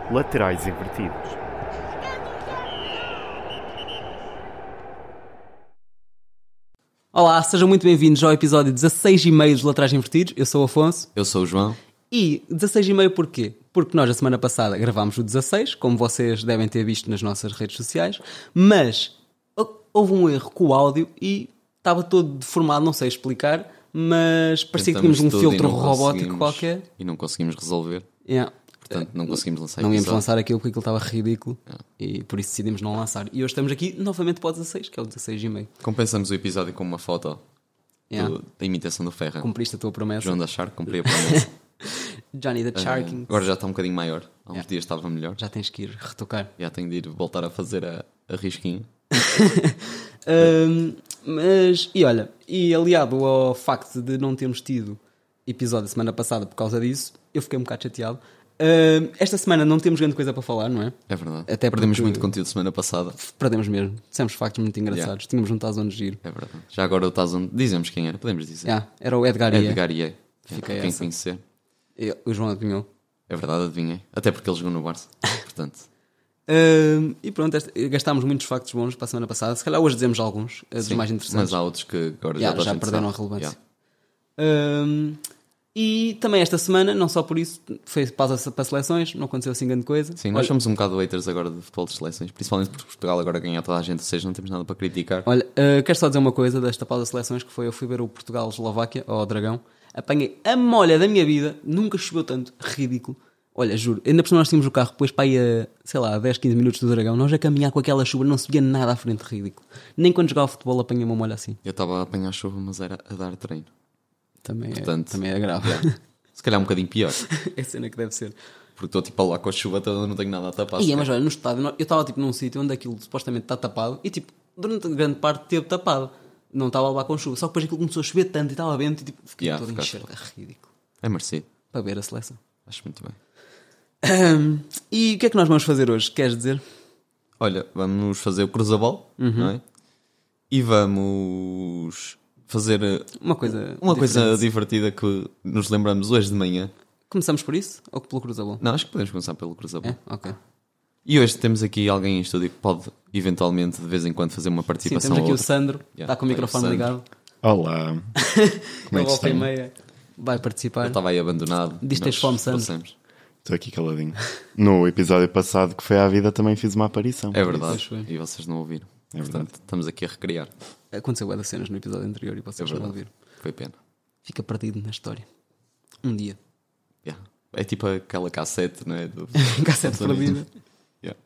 Laterais invertidos. Olá, sejam muito bem-vindos ao episódio 16,5 dos Laterais Invertidos. Eu sou o Afonso. Eu sou o João. E 16,5 porquê? Porque nós, a semana passada, gravámos o 16, como vocês devem ter visto nas nossas redes sociais, mas houve um erro com o áudio e estava todo deformado, não sei explicar, mas parecia que tínhamos um filtro robótico qualquer. E não conseguimos resolver. Yeah. Portanto, não conseguimos lançar Não íamos episódio. lançar aquilo porque aquilo estava ridículo e por isso decidimos não lançar. E hoje estamos aqui novamente para o 16, que é o 16,5. Compensamos o episódio com uma foto da imitação do Ferran. Cumpriste a tua promessa. João da Shark, cumpri a promessa. Johnny the Sharking. Agora já está um bocadinho maior. Há uns dias estava melhor. Já tens que ir retocar. Já tenho de ir voltar a fazer a risquinho. Mas, e olha, e aliado ao facto de não termos tido episódio a semana passada por causa disso, eu fiquei um bocado chateado. Esta semana não temos grande coisa para falar, não é? É verdade. Até Perdemos porque- muito conteúdo semana passada. Perdemos mesmo. Dissemos factos muito engraçados. Tínhamos um Tazão de giro. É verdade. Já agora o Tazon, dizemos quem era, podemos dizer. Era o Edgar Ié. Edgar Ié. Fica Quem essa. conhecer. O João adivinhou. É verdade, adivinhei. Até porque ele jogou no Barça. Portanto, E pronto, gastámos muitos factos bons para a semana passada. Se calhar hoje dizemos alguns dos sim, mais interessantes. mas há outros que agora Já toda a gente perderam a sabe. relevância. Yeah. E também esta semana, não só por isso, foi pausa para seleções, não aconteceu assim grande coisa. Sim, nós somos um bocado haters agora de futebol de seleções, principalmente porque Portugal agora ganha toda a gente, ou seja, não temos nada para criticar. Olha, quero só dizer uma coisa desta pausa de seleções, que foi, eu fui ver o Portugal-Eslováquia, ao Dragão, apanhei a molha da minha vida, nunca choveu tanto, ridículo. Olha, juro, ainda por cima nós tínhamos o carro, depois para aí a, sei lá, 10, 15 minutos do Dragão, nós a caminhar com aquela chuva, não se via nada à frente, ridículo. Nem quando jogava futebol apanhei uma molha assim. Eu estava a apanhar chuva, mas era a dar treino. Portanto, Também é grave. Se calhar um bocadinho pior, É a cena que deve ser. porque estou tipo lá com a chuva toda, não tenho nada a tapar. E, mas olha, no estádio, eu estava tipo num sítio onde aquilo supostamente está tapado e tipo, durante grande parte teve tapado. Não estava a levar com chuva. Só que depois aquilo começou a chover tanto e estava vento e tipo, fiquei todo ficaste enxerga. Ridículo. É merecido, Para ver a seleção. acho muito bem. E o que é que nós vamos fazer hoje? Queres dizer? Olha, vamos fazer o cruzabol, não é? E vamos fazer Uma coisa uma coisa diferente. divertida que nos lembramos hoje de manhã. Começamos por isso? Ou pelo cruzabol? Não, acho que podemos começar pelo cruzabol. É? Ok. E hoje temos aqui alguém em estúdio que pode, eventualmente, de vez em quando, fazer uma Sim, participação temos aqui ou o outra. Sandro. Yeah, Está com o vai o microfone Sandro. ligado. Olá. Como é Ele que volta e estão? meia vai participar. Ele estava aí abandonado. Diz que tens Nós fome, Sandro. trouxemos. Estou aqui caladinho. No episódio passado que foi à vida também fiz uma aparição. É verdade. Pois foi. E vocês não ouviram. É Portanto, verdade. estamos aqui a recriar. Aconteceu bué das cenas no episódio anterior e vocês É não verdade. ouviram. Foi pena. Fica perdido na história. Um dia. Yeah. É tipo aquela cassete, não é? Do... Cassete perdida. Yeah.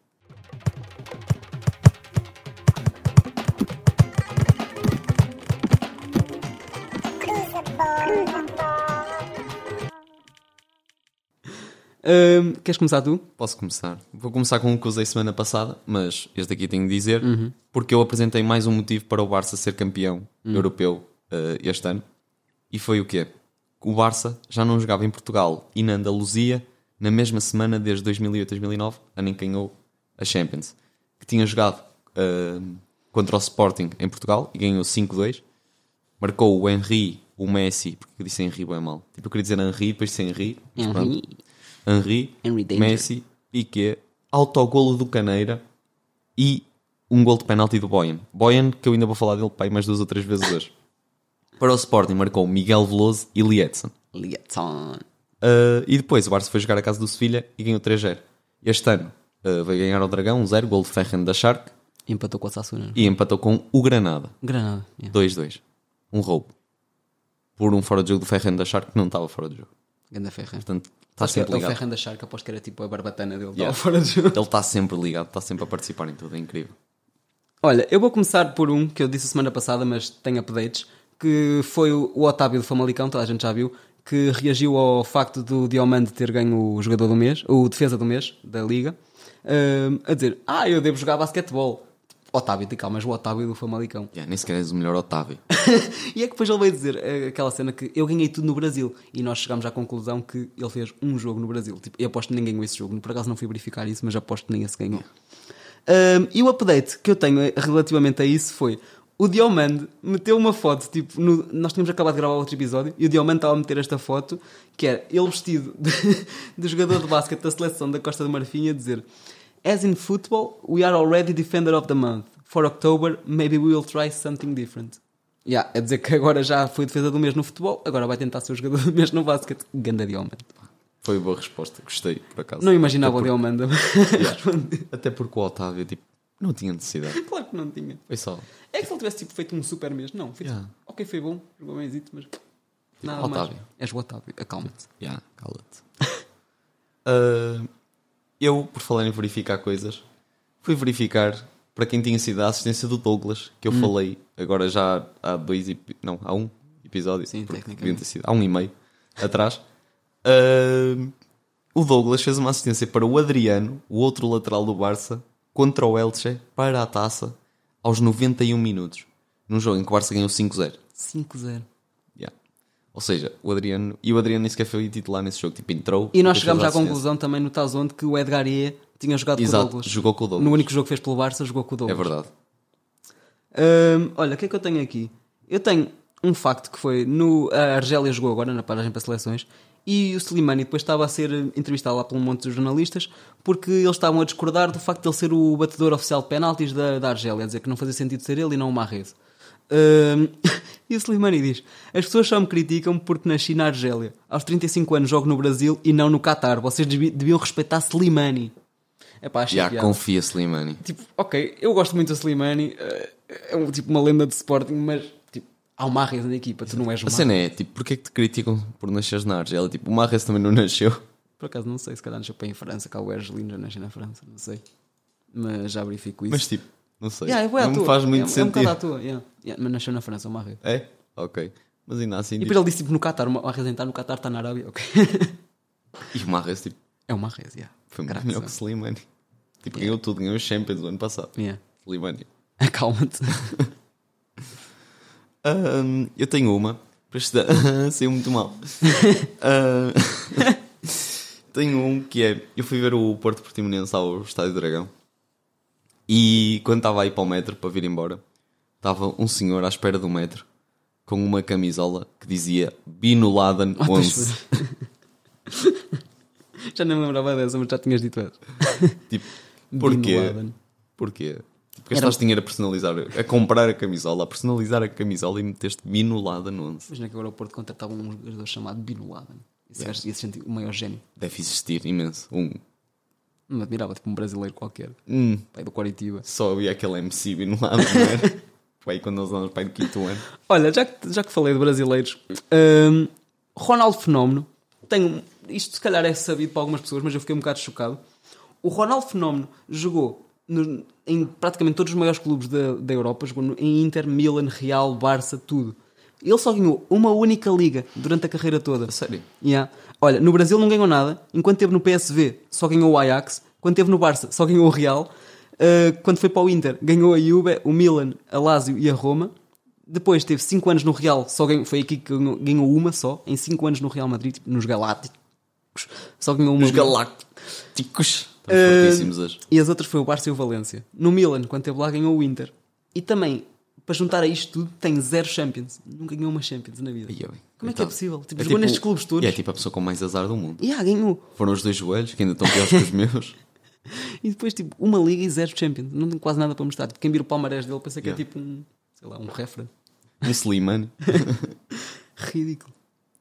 Queres começar tu? Posso começar? Vou começar com o que usei semana passada, mas este aqui tenho de dizer, porque eu apresentei mais um motivo para o Barça ser campeão europeu este ano. E foi o quê? O Barça já não jogava em Portugal e na Andaluzia na mesma semana desde 2008-2009, ano em que ganhou a Champions. Que tinha jogado contra o Sporting em Portugal e ganhou 5-2. Marcou o Henry, o Messi, porque eu disse Henry bem mal. Tipo, eu queria dizer Henry, depois disse Henry. Mas pronto. Henry Danger. Messi, Piqué, autogolo do Caneira e um gol de penalti do Boyan. Boyan, que eu ainda vou falar dele pai, mais 2 ou 3 vezes hoje. Para o Sporting marcou Miguel Veloso e Lietzen. Lietzson. E depois o Barça foi jogar a casa do Sevilha e ganhou 3-0. Este ano vai ganhar ao Dragão 1-0, gol de Ferran da Shark, Empatou com a Sassuna. e empatou com o Granada Granada. Yeah. 2-2. Um roubo. Por um fora de jogo do Ferran da Shark que não estava fora de jogo. Ganda Ferran. Portanto, está sempre O ligado. Ferran da Shark, aposto que era tipo a barbatana dele. Yeah. Estava fora de jogo. Ele está sempre ligado, está sempre a participar em tudo, é incrível. Olha, eu vou começar por um que eu disse a semana passada, mas tem updates, que foi o Otávio do Famalicão, toda a gente já viu, que reagiu ao facto do Diomande ter ganho o jogador do mês, o defesa do mês da Liga, a dizer, eu devo jogar basquetebol. Otávio, te calmas, o Otávio do Famalicão. Nem sequer és o melhor Otávio. E é que depois ele veio dizer aquela cena que eu ganhei tudo no Brasil. E nós chegámos à conclusão que ele fez um jogo no Brasil. Tipo, eu aposto que ninguém ganhou esse jogo. Por acaso não fui verificar isso, mas aposto que nem esse ganhou. E o update que eu tenho relativamente a isso foi: o Diomande meteu uma foto, tipo, nós tínhamos acabado de gravar outro episódio e o Diomande estava a meter esta foto, que era ele vestido de jogador de basquete da seleção da Costa do Marfim a dizer: As in football, we are already defender of the month. For October, maybe we will try something different. É dizer que agora já foi defesa do mês no futebol, agora vai tentar ser o jogador do mês no basquete. Ganda Diomande. Foi boa resposta, gostei, por acaso. Não imaginava o Diomande. Até porque o Otávio, tipo, não tinha necessidade. Claro que não tinha. Foi só. É que se ele tivesse tipo, feito um super mês, não. Foi tipo, ok, foi bom, jogou bemzito, mas nada Otávio. mais. És o Otávio, acalma-te. Cala-te. Eu, por falar em verificar coisas, fui verificar para quem tinha sido a assistência do Douglas, que eu falei agora já há há um episódio. Sim, deviam ter sido, há 1,5 atrás. O Douglas fez uma assistência para o Adriano, o outro lateral do Barça, contra o Elche, para a taça, aos 91 minutos. Num jogo em que o Barça ganhou 5-0. 5-0. Ou seja, o Adriano nem sequer foi titular nesse jogo. Tipo, entrou. E nós chegámos à conclusão também no Tazonde que o Edgar Ie tinha jogado com o Douglas. Jogou com o Douglas. No único jogo que fez pelo Barça, jogou com o Douglas. É verdade. Olha, o que é que eu tenho aqui? Eu tenho um facto que foi a Argélia jogou agora na paragem para seleções e o Slimani depois estava a ser entrevistado lá por um monte de jornalistas porque eles estavam a discordar do facto de ele ser o batedor oficial de penaltis da Argélia, a dizer que não fazia sentido ser ele e não o Mahrez. E o Slimani diz: as pessoas só me criticam porque nasci na Argélia. Aos 35 anos jogo no Brasil e não no Qatar. Vocês deviam respeitar Slimani. Confia Slimani. Tipo, ok, eu gosto muito do Slimani. É tipo uma lenda de Sporting, mas tipo, há o Mahrez na equipa. Tu não és o Mahrez. A cena é, tipo, porquê é que te criticam por nasceres na Argélia? Tipo, o Mahrez também não nasceu. Por acaso não sei, se calhar nasceu para em França. Cá o Ergelino já nasceu na França, não sei. Mas já verifico isso. Mas tipo, não sei. Não me faz muito sentido. É um bocado à toa, mas nasceu na França, o Mahrez. É? Ok. Mas ainda assim... E depois ele disse tipo no Qatar, o Mahrez está no Qatar, está na Arábia, ok. E o Mahrez, tipo... É o Mahrez, foi muito melhor que o Slimani. Tipo, ganhou tudo, ganhou os Champions do ano passado. Slimani. Acalma-te. Eu tenho uma. Para estudar. Saiu muito mal. Tenho um que é... Eu fui ver o Porto Portimonense ao Estádio do Dragão. E quando estava a ir para o metro, para vir embora, estava um senhor à espera do metro com uma camisola que dizia Bin Laden 11. Já nem me lembrava dessa, mas já tinhas dito essa. Tipo, porquê? Porquê? Porque gastaste dinheiro a personalizar, a comprar a camisola, a personalizar a camisola e meteste Bin Laden 11. Imagina que agora o Porto contratava um jogador chamado Bin Laden. Esse ia se sentir o maior gênio. Deve existir imenso. Não me admirava, tipo um brasileiro qualquer. Pai do Coritiba. Só havia aquele MC Bin Laden, não era? Foi aí quando nós andamos pai do quinto ano. Olha, já que falei de brasileiros, Ronaldo Fenómeno, isto se calhar é sabido para algumas pessoas, mas eu fiquei um bocado chocado. O Ronaldo Fenómeno jogou em praticamente todos os maiores clubes da Europa, jogou em Inter, Milan, Real, Barça, tudo. Ele só ganhou uma única liga durante a carreira toda. Sério? Olha, no Brasil não ganhou nada. Enquanto esteve no PSV, só ganhou o Ajax. Quando esteve no Barça, só ganhou o Real. Quando foi para o Inter, ganhou a Juve, o Milan, a Lazio e a Roma. Depois teve 5 anos no Real, foi aqui que ganhou uma só. Em 5 anos no Real Madrid, tipo, nos Galácticos, só ganhou uma. Nos Galácticos. Estamos fortíssimos hoje. E as outras foi o Barça e o Valência. No Milan, quando esteve lá, ganhou o Inter. E também, para juntar a isto tudo, tem 0 Champions. Nunca ganhou uma Champions na vida. Como é que é possível? Tipo, jogou nestes clubes todos. E é tipo a pessoa com mais azar do mundo. Ganhou. Foram os 2 joelhos, que ainda estão piores que os meus. E depois, tipo, uma liga e 0 Champions. Não tem quase nada para mostrar. Tipo, quem vira o palmarés dele pensa que é tipo um reference. Um Slimani. Ridículo.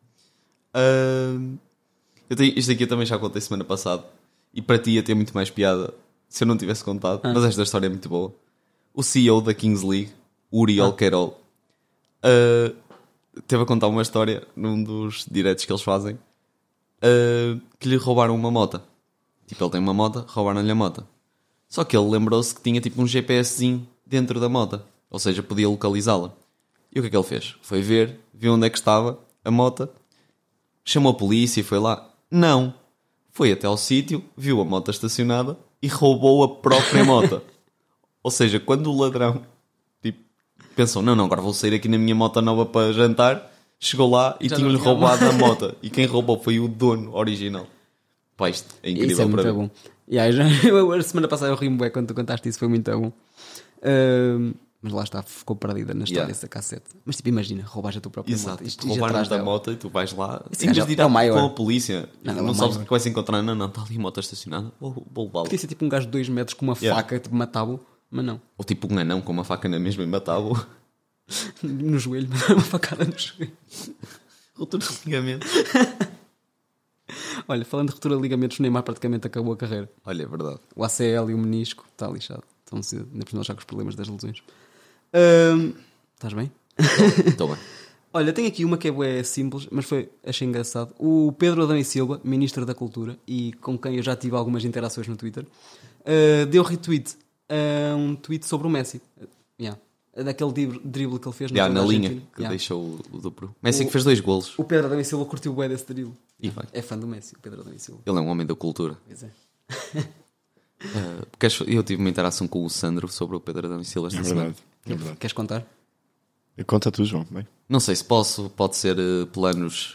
Isto aqui eu também já contei semana passada. E para ti ia ter muito mais piada se eu não tivesse contado. Mas esta história é muito boa. O CEO da Kings League, Uriel Carol, teve a contar uma história num dos diretos que eles fazem, que lhe roubaram uma moto. Tipo, ele tem uma moto, roubaram-lhe a moto. Só que ele lembrou-se que tinha tipo um GPSzinho dentro da moto. Ou seja, podia localizá-la. E o que é que ele fez? Foi ver, viu onde é que estava a moto, chamou a polícia e foi lá. Não. Foi até ao sítio, viu a moto estacionada e roubou a própria moto. Ou seja, quando o ladrão tipo, pensou, não, agora vou sair aqui na minha moto nova para jantar, chegou lá e tinha-lhe roubado a moto. E quem roubou foi o dono original. Pá, isto é incrível. Isso é para muito mim. bom. A semana passada eu ri-me bem quando tu contaste isso, foi muito bom. Mas lá está, ficou perdida na história essa cassete. Mas tipo, imagina, roubares a tua própria moto. Exato, Isto roubaram atrás da dela. moto e tu vais lá. Esse Em vez gajo de ir é o maior. com a polícia, Não, não, é o sabes o maior. que vais encontrar. Não, está ali a moto estacionada. Vou levá-lo. Podia ser tipo um gajo de 2 metros com uma Yeah. faca, tipo matá-lo, mas não. Ou tipo um anão com uma faca na mesma e matá-lo. No joelho, mas uma facada no joelho. Ruptura de ligamento. Olha, falando de ruptura de ligamentos, o Neymar praticamente acabou a carreira. Olha, é verdade. O ACL e o menisco, está lixado. Estão cedo, ainda por cima já com os problemas das lesões. Estás bem? Estou bem. Olha, tenho aqui uma que é bué simples, mas achei engraçado. O Pedro Adão e Silva, Ministro da Cultura, e com quem eu já tive algumas interações no Twitter, deu retweet a um tweet sobre o Messi. Yeah. Daquele drible que ele fez Já, na jogo da linha Argentina. que Yeah. deixou o duplo. Messi que fez 2 golos. O Pedro Adão e Silva curtiu bué desse drible. E vai. É fã do Messi, o Pedro Adão e Silva. Ele é um homem da cultura. Pois é. Eu tive uma interação com o Sandro sobre o Pedro Adão e Silva esta É semana. verdade. É verdade. Queres contar? Conta tu, João. Bem. Não sei se posso, pode ser planos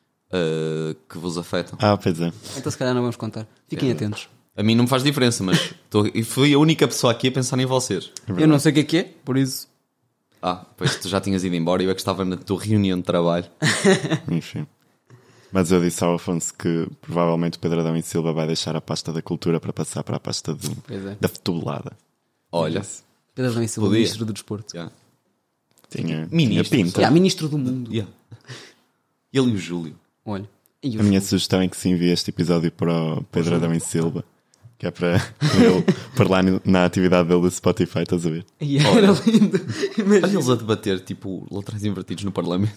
que vos afetam. Pois é. Então se calhar não vamos contar. Fiquem atentos. A mim não me faz diferença, mas fui a única pessoa aqui a pensar em vocês. Eu não sei o que é, por isso... Pois tu já tinhas ido embora e eu é que estava na tua reunião de trabalho. Enfim. Mas eu disse ao Afonso que provavelmente o Pedro Adão e Silva vai deixar a pasta da cultura para passar para a pasta Pois é. da futebolada. Olha, Pedro Adão e Silva, Podia. Ministro do Desporto. já. Tinha Ministro. pinta. Yeah, Ministro do Mundo. Yeah. Ele e o Júlio. Olha. E o A minha sugestão é que se envie este episódio para o Pedro Adão e Silva, que é para ele pôr lá na atividade dele do Spotify, estás a ver? E era lindo. Olha eles a debater, tipo, laterais invertidos no Parlamento.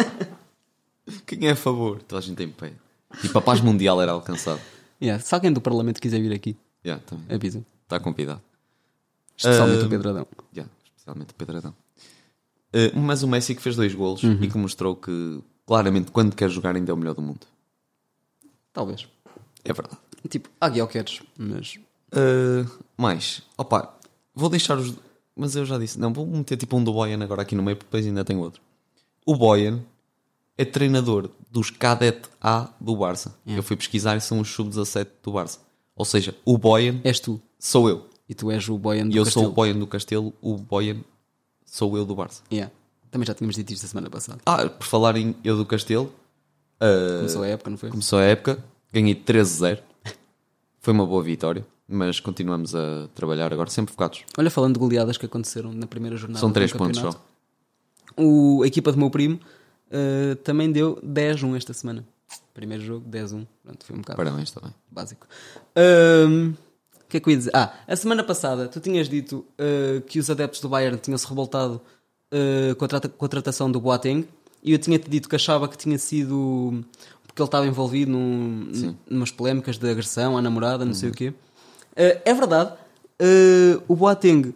Quem é a favor? Toda a gente em pé. Tipo, a paz mundial era alcançada. Yeah, se alguém do Parlamento quiser vir aqui, Yeah, também. avisa. Está convidado. Especialmente o Pedro Adão. Yeah, especialmente o Pedro Adão. Mas o Messi que fez 2 golos e que mostrou que, claramente, quando quer jogar, ainda é o melhor do mundo. Talvez. É verdade. Tipo, águia ao queres, mas... Mais. Opa, vou deixar os... Mas eu já disse. Não, vou meter tipo um do Boyan agora aqui no meio, porque depois ainda tem outro. O Boyan é treinador dos Cadet A do Barça. Eu fui pesquisar e são os sub-17 do Barça. Ou seja, o Boyan És tu. sou eu. E tu és o Boyan do E eu Castelo. sou o Boyan do Castelo, o Boyan sou eu do Barça. Yeah. Também já tínhamos dito isto a semana passada. Por falar em eu do Castelo, Começou a época, não foi? começou a época, ganhei 13-0. Foi uma boa vitória, mas continuamos a trabalhar agora, sempre focados. Olha, falando de goleadas que aconteceram na primeira jornada São do 3 pontos campeonato, só. A equipa do meu primo também deu 10-1 esta semana. Primeiro jogo, 10-1. Pronto, foi um bocado Parabéns também. básico. O que é que eu ia dizer? A semana passada tu tinhas dito que os adeptos do Bayern tinham-se revoltado com a contratação do Boateng, e eu tinha-te dito que achava que tinha sido porque ele estava envolvido numas polémicas de agressão à namorada, não sei o quê. É verdade, o Boateng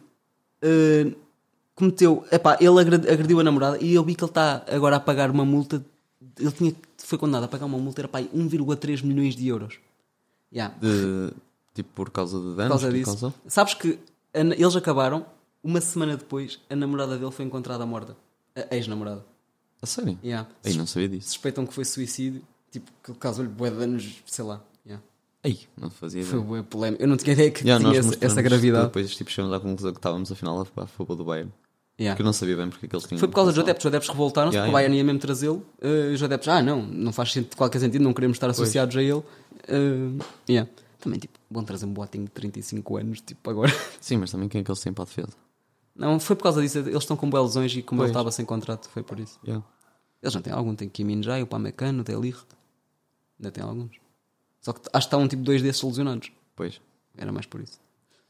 cometeu... ele agrediu a namorada, e eu vi que ele está agora a pagar uma multa. Foi condenado a pagar uma multa, era 1,3 milhões de euros. Yeah. Tipo, por causa de Por danos? causa que disso. causou? Sabes que eles acabaram, uma semana depois, a namorada dele foi encontrada morta. A ex-namorada. A sério? Yeah. Ei, não sabia disso. Suspeitam que foi suicídio, tipo, que causou-lhe bué de danos, sei lá. Yeah. Ei, não fazia Foi ideia. bué polémico. Eu não tinha ideia que Yeah, tinha nós essa mostramos gravidade. Depois tipo, chegamos à conclusão que estávamos afinal a favor do Bayern. Yeah. Porque eu não sabia bem porque é que eles tinham. Foi por causa dos adeptos. Os adeptos revoltaram-se, Yeah, porque o Bayern ia mesmo trazê-lo. Os adeptos, não faz qualquer sentido, não queremos estar associados a ele. Yeah. Também, tipo, vão trazer um Boateng de 35 anos, tipo, agora. Sim, mas também quem é que eles têm para a defesa? Não, foi por causa disso. Eles estão com boas lesões, e como Pois. ele estava sem contrato, foi por isso. Yeah. Eles não têm algum, tem Kim Min-jae, o Pamecano, o Delirte. Ainda tem alguns. Só que acho que está tipo 2 desses lesionados. Pois. Era mais por isso.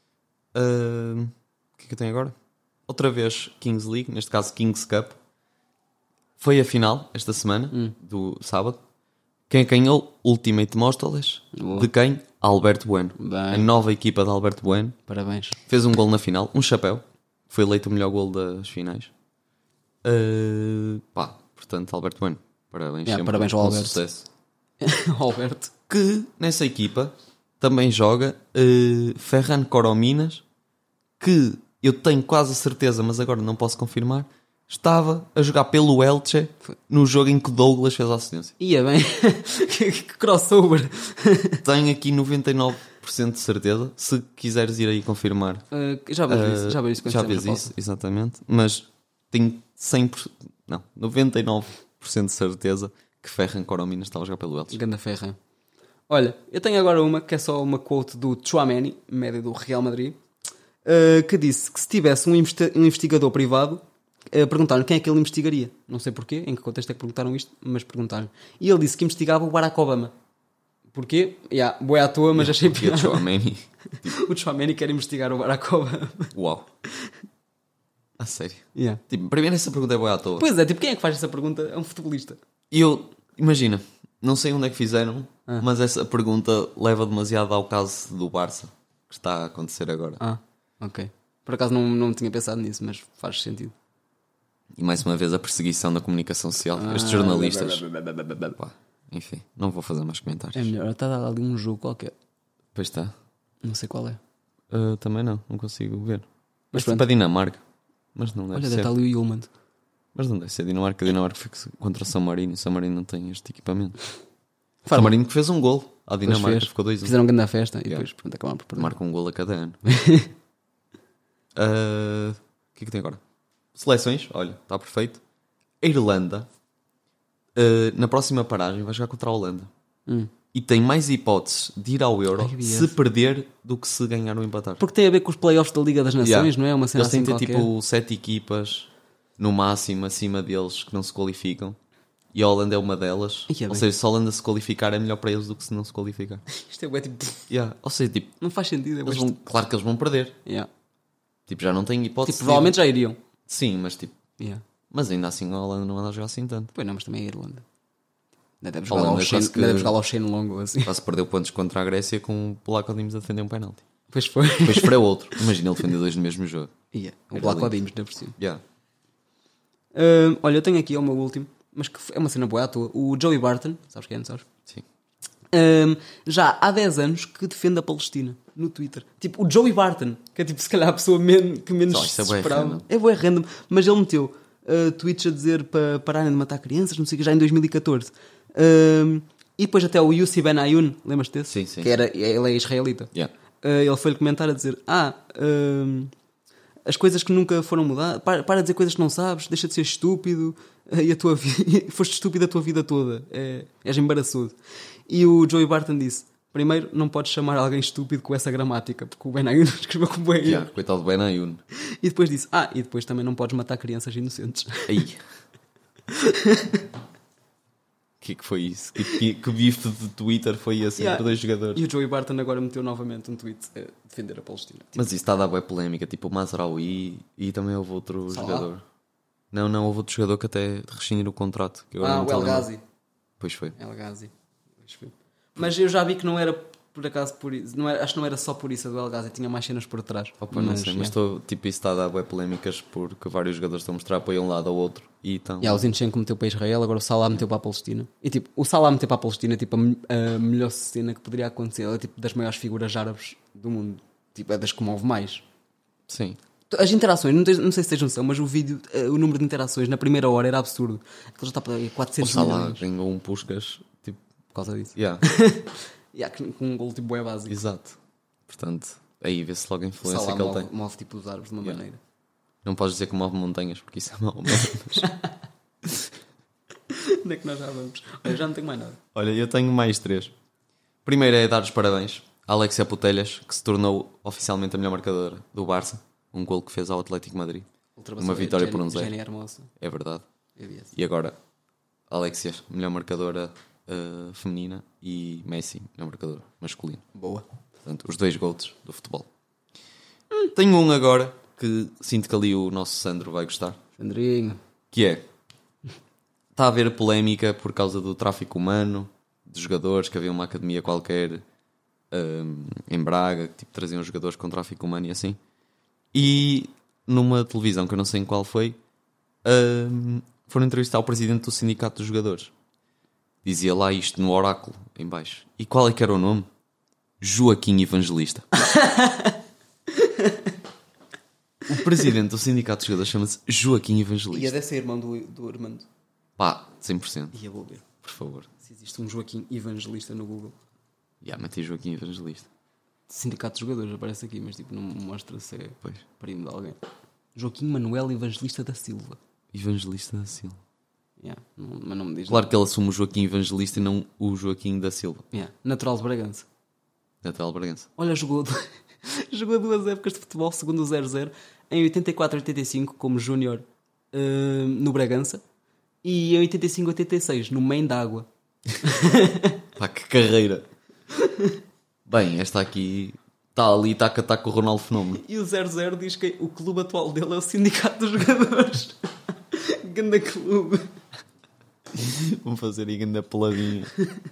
O que é que eu tenho agora? Outra vez Kings League, neste caso Kings Cup. Foi a final esta semana, do sábado. Quem é que ganhou? Ultimate Móstoles. Boa. De quem? Alberto Bueno. Bem. A nova equipa de Alberto Bueno. Parabéns. Fez um gol na final, um chapéu. Foi eleito o melhor gol das finais. Portanto, Alberto Bueno. Parabéns. Yeah, sempre, parabéns ao com Alberto. sucesso. Alberto. Que nessa equipa também joga Ferran Corominas, que eu tenho quase a certeza, mas agora não posso confirmar, estava a jogar pelo Elche no jogo em que Douglas fez a assistência. Ia bem. que crossover. Tenho aqui 99% 99% de certeza. Se quiseres ir aí confirmar, Já vejo isso. já vês isso, exatamente. Mas tenho 100%, não, 99% de certeza que Ferran Coromina está a jogar pelo Elche. Ganda Ferran. Olha, eu tenho agora uma que é só uma quote do Tchouaméni, médio do Real Madrid, que disse que se tivesse um investigador privado, perguntaram quem é que ele investigaria. Não sei porquê, em que contexto é que perguntaram isto, mas perguntaram. E ele disse que investigava o Barack Obama. Porquê? Boé à toa, mas achei piada. O Tchouaméni quer investigar o Barack Obama. Uau. A sério? Yeah. Tipo, primeiro essa pergunta é boa à toa. Pois é, tipo, quem é que faz essa pergunta? É um futebolista. E eu, imagina, não sei onde é que fizeram, mas essa pergunta leva demasiado ao caso do Barça, que está a acontecer agora. Ok. Por acaso não tinha pensado nisso, mas faz sentido. E mais uma vez a perseguição da comunicação social. Estes jornalistas. Pá, enfim, não vou fazer mais comentários. É melhor, está a dar ali um jogo qualquer. Pois está. Não sei qual é. Também não consigo ver. Mas tipo a Dinamarca. Mas não deve Olha, ser. deve estar ali o Yulman. Mas não deve ser a Dinamarca. A Dinamarca foi contra o São Marino e o São Marino não tem este equipamento. O São Marino que fez um gol à Dinamarca, ficou 2-1. Fizeram uma grande festa e depois pronto, acabaram por perder. Marca um gol a cada ano. O que é que tem agora? Seleções, olha, está perfeito. A Irlanda, na próxima paragem, vai jogar contra a Holanda. E tem mais hipóteses de ir ao Euro se perder do que se ganhar ou empatar. Porque tem a ver com os playoffs da Liga das Nações, não é? Uma cena eles têm assim de ter qualquer. tipo 7 equipas no máximo acima deles que não se qualificam. E a Holanda é uma delas. Ou seja, se a Holanda se qualificar é melhor para eles do que se não se qualificar. Isto é tipo... Ou seja, tipo... Não faz sentido. Claro que eles vão perder. Tipo, já não têm hipótese. Tipo, provavelmente já iriam. Sim, mas tipo... Mas ainda assim a Holanda não anda a jogar assim tanto. Pois não, mas também é a Irlanda. Deve jogar ao Shane Longo assim. Quase perdeu pontos contra a Grécia com o Polaco Dimos a defender um penalti. Pois foi. Depois foi outro. Imagina ele defender 2 no mesmo jogo. O Polaco Dimos, ainda por cima. Olha, eu tenho aqui o meu último, mas que é uma cena boa à toa. O Joey Barton, sabes quem é, não sabes? Sim. Já há 10 anos que defende a Palestina no Twitter. Tipo, o Joey Barton, que é tipo se calhar a pessoa que menos se esperava. É bué random, mas ele meteu tweets a dizer para pararem de matar crianças, não sei o que, já em 2014. E depois até o Yossi Ben Ayun, lembras-te desse? Sim. Que ele é israelita. Ele foi-lhe comentar a dizer: as coisas que nunca foram mudadas, para de dizer coisas que não sabes, deixa de ser estúpido, e a tua foste estúpido a tua vida toda, és embaraçoso. E o Joey Barton disse: primeiro, não podes chamar alguém estúpido com essa gramática, porque o Ben Ayun escreveu com bem. Coitado do Ben Ayun. E depois disse: e depois também não podes matar crianças inocentes. Aí. O que é que foi isso? Que bife de Twitter foi esse entre 2 jogadores? E o Joey Barton agora meteu novamente um tweet a defender a Palestina. Mas isso está a dar boa polémica, tipo o Mazraoui e também houve outro jogador. Não, houve outro jogador que até rescindiu o contrato. Que agora o El Ghazi. Pois foi. El Ghazi. Mas eu já vi que não era por acaso por isso. Acho que não era só por isso a do El Ghazi, tinha mais cenas por trás. Não sei, mas tipo, isso está a dar boa polémicas porque vários jogadores estão a mostrar apoio a um lado ao outro. E então... o Zinchenko meteu para Israel, agora o Salah meteu para a Palestina. E tipo, o Salah meteu para a Palestina, tipo, a melhor cena que poderia acontecer. Ele é tipo das maiores figuras árabes do mundo. Tipo, é das que move mais. Sim. As interações, não sei se tens noção, mas o vídeo, o número de interações na primeira hora era absurdo. Aquilo já está para 400 milhões. O Salah milhões. ganhou um Puskas, tipo... Por causa disso. Com um gol tipo bué básico. Exato. Portanto, aí vê-se logo a influência que ele tem. Move tipo os árvores de uma maneira. Não podes dizer que move montanhas, porque isso é mau. Onde é que nós já vamos? Olha, já não tenho mais nada. Olha, eu tenho mais 3. Primeiro é dar os parabéns a Alexia Putellas, que se tornou oficialmente a melhor marcadora do Barça. Um gol que fez ao Atlético Madrid. Uma vitória por 1-0. É verdade. E agora, Alexia, melhor marcadora feminina, e Messi, melhor marcador masculino. Boa. Portanto, os 2 gols do futebol. Tenho um agora que sinto que ali o nosso Sandro vai gostar. Sandrinho. Que é: está a haver polémica por causa do tráfico humano de jogadores, que havia uma academia qualquer em Braga que tipo, traziam jogadores com tráfico humano e assim. E numa televisão, que eu não sei em qual foi, foram entrevistar o presidente do sindicato dos jogadores. Dizia lá isto no oráculo, em baixo. E qual é que era o nome? Joaquim Evangelista. O presidente do sindicato dos jogadores chama-se Joaquim Evangelista. E é desse irmão do Armando. Pá, 100%. E eu vou ver. Por favor. Se existe um Joaquim Evangelista no Google. Meti Joaquim Evangelista. Sindicato de Jogadores aparece aqui, mas tipo, não me mostra se é Pois. primo de alguém. Joaquim Manuel Evangelista da Silva. Evangelista da Silva. Yeah, mas não me diz Claro nada. que ele assume o Joaquim Evangelista e não o Joaquim da Silva. Yeah. Natural de Bragança. Natal Bragança. Olha, jogou 2 épocas de futebol, segundo o 00, em 84 e 85 como júnior no Bragança e em 85 e 86 no Main d'Água. Pá, que carreira. Bem, esta aqui está ali, taca com o Ronaldo Fenómeno. E o 00 diz que o clube atual dele é o Sindicato dos Jogadores. Ganda clube. Vamos fazer aí grande peladinha.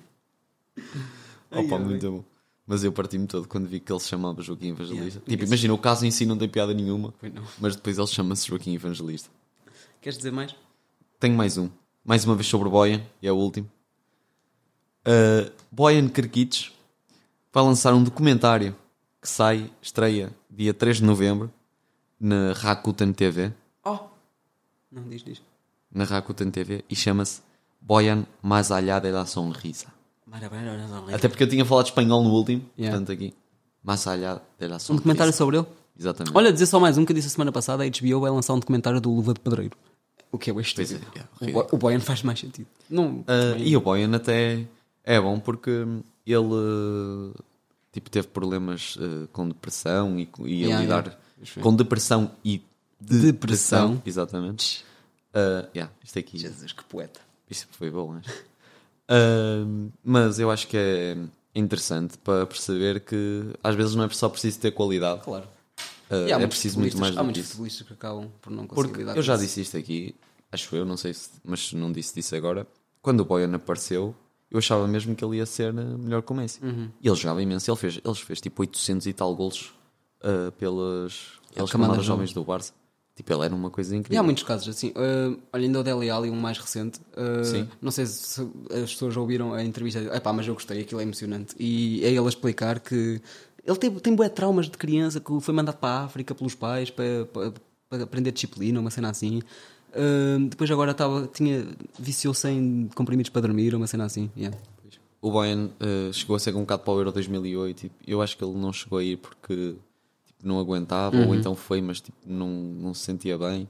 Opa, muito bom. Mas eu parti-me todo quando vi que ele se chamava Joaquim Evangelista. Tipo, imagina, o caso em si não tem piada nenhuma, Pois não. mas depois ele chama-se Joaquim Evangelista. Queres dizer mais? Tenho mais um. Mais uma vez sobre o Bojan, e é o último. Bojan Krkic vai lançar um documentário que estreia dia 3 de novembro na Rakuten TV. Oh! Não, diz. Na Rakuten TV e chama-se Bojan Mais allá de la sonrisa. Até porque eu tinha falado espanhol no último, Yeah. portanto aqui. Mais allá de la Um sonrisa. documentário sobre ele? Exatamente. Olha, dizer só mais um que eu disse a semana passada, a HBO vai lançar um documentário do Luva de Pedreiro. O que é o Pois é, estúpido. yeah, O Boyan faz mais sentido. Não, E o Bojan até é bom porque ele tipo, teve problemas com depressão e a Yeah, lidar yeah. com depressão e Depressão. Exatamente. Isto aqui. Jesus, que poeta. Isto foi bom, acho. Mas eu acho que é interessante para perceber que às vezes não é só preciso ter qualidade. Claro. É muitos preciso muito mais há do que muitos isso. futebolistas que acabam por não conseguir Porque lidar eu já com isso. disse isto aqui, acho eu, não sei se, mas não disse agora. Quando o Bojan apareceu, eu achava mesmo que ele ia ser melhor que o Messi. E ele jogava imenso. Ele fez tipo 800 e tal golos pelas camada camadas jovem. jovens do Barça. Tipo, ele era uma coisa E incrível. há muitos casos assim. Olha, ainda o Dele Alli, um mais recente. Sim. Não sei se as pessoas já ouviram a entrevista. Epá, mas eu gostei, aquilo é emocionante. E é ele a explicar que ele tem bué traumas de criança, que foi mandado para a África pelos pais para aprender disciplina, uma cena assim. Depois agora viciou-se em comprimidos para dormir, uma cena assim. Yeah. O Bojan chegou a ser convocado para o Euro 2008 e eu acho que ele não chegou a ir porque tipo, não aguentava, ou então foi, mas tipo, não se sentia bem.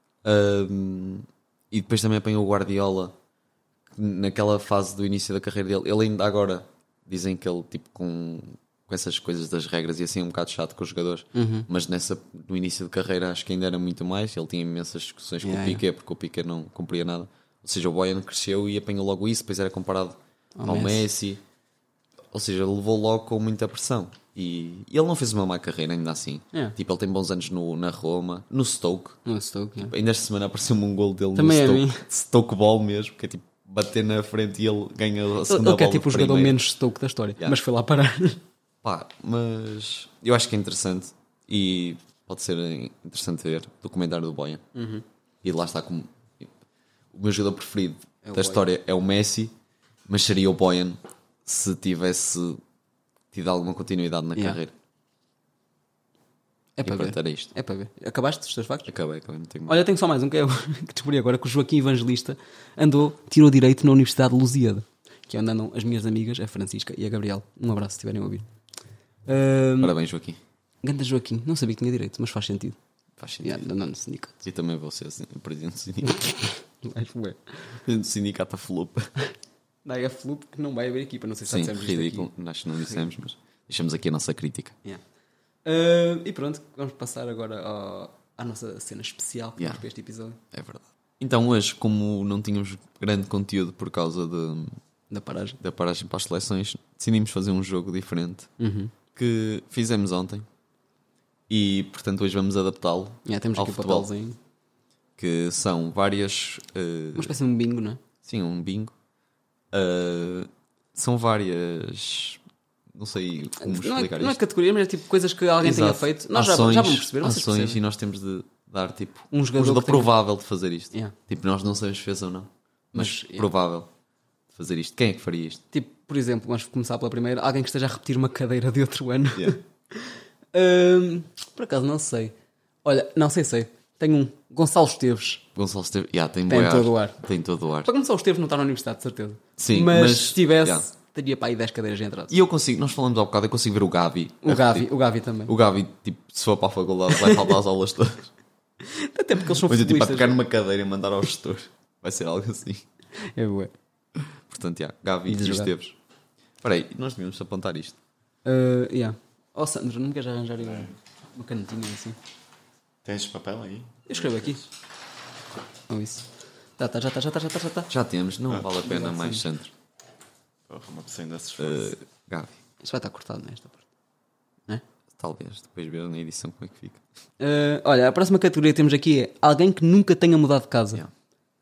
E depois também apanhou o Guardiola naquela fase do início da carreira dele. Ele ainda agora dizem que ele tipo com essas coisas das regras e assim é um bocado chato com os jogadores, mas no início de carreira acho que ainda era muito mais. Ele tinha imensas discussões com o Piqué porque o Piqué não cumpria nada. Ou seja, o Bojan cresceu e apanhou logo isso, depois era comparado ao Messi. Ou seja, ele levou logo com muita pressão. E ele não fez uma má carreira ainda assim. Tipo, ele tem bons anos na Roma, no Stoke. No Stoke, yeah. Ainda esta semana apareceu-me um gol dele Também é no mim. Stoke Ball mesmo, que é tipo bater na frente e ele ganha a segunda Ele bola. que é tipo o jogador primeiro. menos Stoke da história. Mas foi lá parar. Pá, mas eu acho que é interessante e pode ser interessante ver o documentário do Bojan. E lá está como o meu jogador preferido da história é o Messi, mas seria o Bojan se tivesse tido alguma continuidade na carreira. É para E pronto, ver. era isto. É para ver. Acabaste os teus factos? Acabei, não tenho mais. Olha, tenho só mais um que que descobri agora, que o Joaquim Evangelista tirou direito na Universidade de Lusíada, que é onde andam as minhas amigas, a Francisca e a Gabriel. Um abraço se estiverem a ouvir. Parabéns, Joaquim. Ganda Joaquim, não sabia que tinha direito, mas faz sentido. Faz sentido. Yeah, não no sindicato. E também você, presidente do sindicato. Presidente do sindicato a Flupa. Daí a Flup que não vai haver equipa, não sei se já Sim, dissemos isto ridículo. aqui. Acho que não dissemos, mas deixamos aqui a nossa crítica. Yeah. E pronto, vamos passar agora à nossa cena especial que temos para este episódio. É verdade. Então hoje, como não tínhamos grande conteúdo por causa Da paragem. da paragem para as seleções, decidimos fazer um jogo diferente que fizemos ontem e portanto hoje vamos adaptá-lo Temos ao aqui o futebol, papelzinho. que são várias Uma espécie de um bingo, não é? sim, um bingo. São várias, não sei como explicar Não é isto. categoria, mas é tipo coisas que alguém tenha Exato. feito. Nós ações, já vamos perceber, vocês ações, percebem. e nós temos de dar tipo Um jogador ajuda que tenha- provável de fazer isto. Yeah. Tipo, nós não sabemos se fez ou não, mas Mas, provável de fazer isto. Quem é que faria isto? Tipo, por exemplo, vamos começar pela primeira. Alguém que esteja a repetir uma cadeira de outro ano. Yeah. Por acaso, não sei. Olha, não sei. Tenho um. Gonçalo Esteves. Gonçalo Esteves, tem Tem bué todo o ar. Tem todo o ar. Para começar, o Esteves não está na universidade, de certeza. Sim, mas mas se tivesse, yeah, teria para aí 10 cadeiras de entrada. E eu consigo, nós falamos há bocado, eu consigo ver o Gavi. O Gavi também. O Gavi, tipo, se for para a faculdade, vai faltar as aulas todas. Até porque eles são Mas eu, tipo, a futebolistas. pegar numa cadeira e mandar ao gestor. Vai ser algo assim. É bué. Portanto, Gavi e Deves jogar. Esteves. Espera aí, nós devíamos apontar isto. Yeah. Oh, Sandro, não queres arranjar aí uma canetinha assim? Tens papel aí? Eu escrevo aqui. Ou isso. Já está. Já temos, não vale a pena mais centro. Porra, uma pessoa ainda se esforça. Gavi. Isto vai estar cortado nesta parte. Não é? Talvez, depois ver na edição como é que fica. Olha, a próxima categoria que temos aqui é alguém que nunca tenha mudado de casa. Yeah.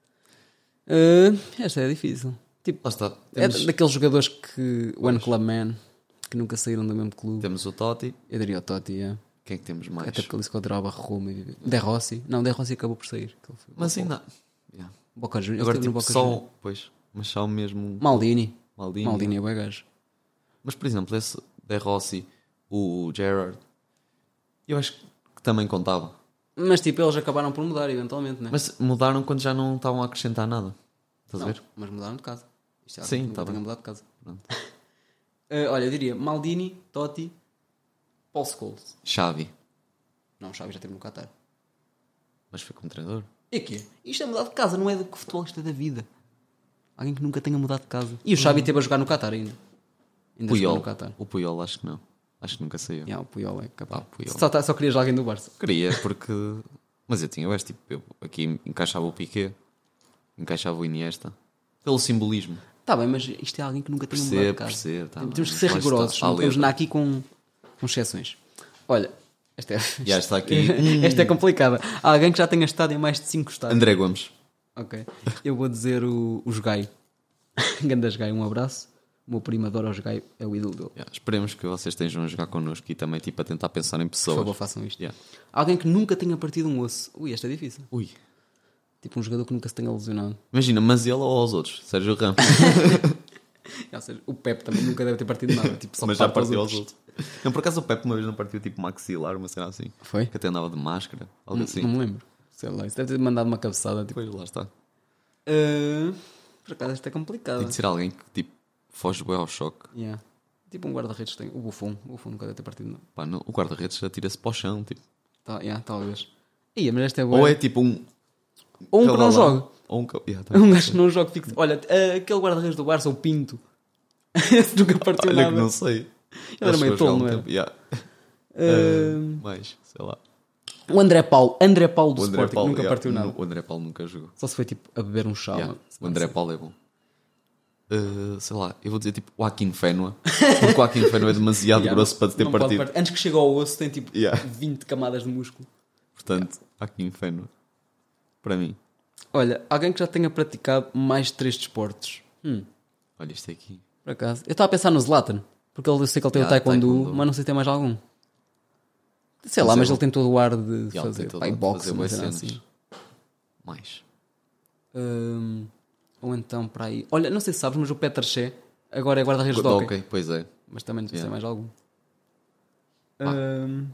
Esta é difícil. Tipo, Lá está. é Temos, daqueles jogadores que. One Club Man, que nunca saíram do mesmo clube. temos o Totti. Eu diria o Totti, yeah. Quem é que temos mais? Até porque ele disse que adorava Roma e viver. De Rossi. Não, De Rossi acabou por sair. Mas ainda. Yeah. Boca Juniors. Agora, Ele esteve no tipo, Boca Juniors. Pois, mas só mesmo. Maldini. Maldini. Maldini é bom gajo. Mas, por exemplo, esse De Rossi, o Gerrard, eu acho que também contava. Mas tipo, eles acabaram por mudar eventualmente, né? Mas mudaram quando já não estavam a acrescentar nada. Estás a Não, ver? mas mudaram de casa. Isto é Sim, algo que tá nunca bem. tenha mudado de casa. Pronto. Olha, eu diria Maldini, Totti, Paul Scholes. Xavi. Não, o Xavi já esteve no Qatar. Mas foi como treinador. E quê? Isto é mudar de casa, não é do que o futebolista é da vida. Alguém que nunca tenha mudado de casa. E o Xavi esteve a jogar no Qatar ainda. Ainda jogou Puyol. no Qatar. O Puyol acho que não. Acho que nunca saiu. Yeah, o Puyol é capaz. Puyol. Só querias alguém do Barça. Queria, porque... Mas eu tinha o tipo, eu aqui encaixava o Piqué, encaixava o Iniesta. Pelo simbolismo. Tá bem, mas isto é alguém que nunca tenha mudado de casa. Percebo, tá Temos bem. que ser Lá está, rigorosos. está Não podemos letra. andar aqui com exceções. Olha, esta é... Já está aqui. esta é complicada. Alguém que já tenha estado em mais de 5 estádios. André Gomes. Ok. Eu vou dizer os Gaio. Gandas Gaio, um abraço. O meu primo adora os Gaio, é o ídolo dele. Esperemos que vocês estejam a jogar connosco e também tipo, a tentar pensar em Por pessoas. favor, façam isto. Yeah. Alguém que nunca tenha partido um osso. Ui, esta é difícil. Ui. Tipo um jogador que nunca se tenha lesionado. Imagina, mas ele ou aos outros? Sérgio Ramos. Ou seja, o Pepe também nunca deve ter partido nada. Tipo, só Mas já parte partiu aos outros. Não, por acaso o Pepe uma vez não partiu tipo maxilar, uma cena assim. Foi? Que até andava de máscara, algo assim. Não me lembro. Sei lá, isso deve ter mandado uma cabeçada. Tipo. Depois lá está. Por acaso, esta é complicada. Tem de ser alguém que tipo foge bem ao choque. Yeah. Tipo um guarda-redes tem. O Buffon. O Buffon nunca deve ter partido nada. Pá, não, o guarda-redes atira-se para o chão, tipo. Talvez. Ia, mas esta é boa. Ou é tipo um. Ou um que não cavalão, joga. Ou um. Yeah, Um gajo que não joga fixo. Olha, aquele guarda-redes do Barça, o Pinto. Esse nunca partiu Olha nada. que não sei. Ele era meio chegou a tolo, jogar não um era? tempo, yeah. Mais, sei lá. O André Paulo do O André Sporting, Paulo nunca yeah, partiu nada. O André Paulo nunca jogou. Só se foi tipo a beber um chá. Yeah, mano. o André Paulo é bom. Sei lá, eu vou dizer tipo o Joaquim Fénua. Porque o Joaquim Fénua é demasiado Yeah, grosso para ter não pode partido. partir. Antes que chegue ao osso tem tipo Yeah. 20 camadas de músculo. Portanto, Joaquim Fénua. Para mim. Olha, alguém que já tenha praticado mais de 3 desportos. Olha isto aqui. Por acaso. Eu estava a pensar no Zlatan. Porque eu sei que ele tem o taekwondo, mas não sei se tem mais algum. Sei lá, Mas mas é ele tem todo o ar de Ele fazer tem todo pai, de boxe, fazer uma boas cena cenas. assim. Mais. Ou então para aí. Olha, não sei se sabes, mas o Petr Cech agora é guarda-redes de hóquei. Ok, pois é. Mas também não sei se tem Yeah. mais algum. Mais.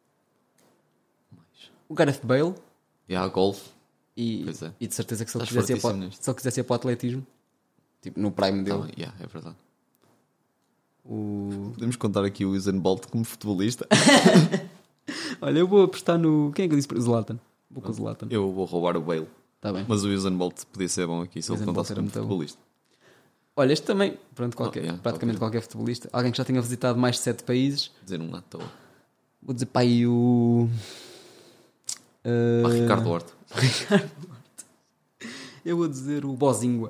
O Gareth Bale. E há golfe. E, Pois é. e de certeza que se ele Estás quisesse ir para, fortíssimo nisto. se ele quisesse ir para o atletismo, tipo no prime dele, Ah, yeah, é verdade. o... Podemos contar aqui o Usain Bolt como futebolista. Olha, eu vou apostar no... Quem é que eu disse para o Zlatan? Vou com o Zlatan. Eu vou roubar o Bale. Está bem. Mas o Usain Bolt podia ser bom aqui se ele Usain Bolt contasse era como muito bom. futebolista. Olha, este também, pronto, praticamente qualquer futebolista. Alguém que já tenha visitado mais de 7 países. Dizer um à toa. Vou dizer para aí o... Pá, Ricardo Horta. Eu vou dizer o Bozingua.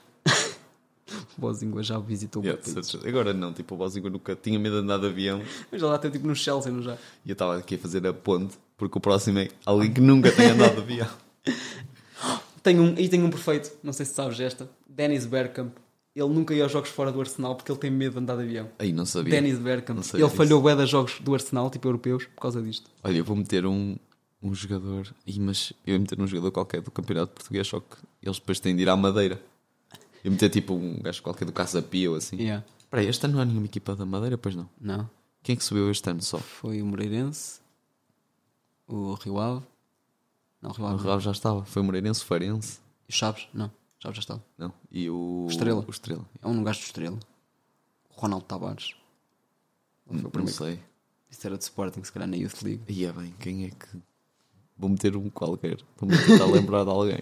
O Bozingua já visitou Yeah, o país. agora não, tipo, o Bozinho nunca tinha medo de andar de avião Mas já lá tem tipo no Chelsea, não já? e eu estava aqui a fazer a ponte porque o próximo é alguém que nunca tem andado de avião. Tenho um perfeito, não sei se sabes esta. Dennis Bergkamp. Ele nunca ia aos jogos fora do Arsenal porque ele tem medo de andar de avião. Aí não sabia. Dennis Bergkamp. Não sabia Ele falhou bué de jogos do Arsenal, tipo europeus, por causa disto. Olha, eu vou meter um jogador. Mas eu ia meter um jogador qualquer do Campeonato Português, só que eles depois têm de ir à Madeira. Eu ia meter tipo um gajo qualquer do Casa Pia ou assim. Yeah. Espera aí, este ano não há nenhuma equipa da Madeira, pois não? Não. Quem é que subiu este ano só? Foi o Moreirense, o Rio Ave. Não, o Rio O Ave. Real já estava. Foi o Moreirense, o Farense. E o Chaves? Não. Chaves já estava. Não. E o Estrela. O Estrela. É um gajo do Estrela. Ronaldo Tavares. Foi o Não primeiro. sei. Isso era de Sporting, se calhar na Youth League. E é bem, quem é que... Vou meter um qualquer. Vou-me tentar lembrar de alguém.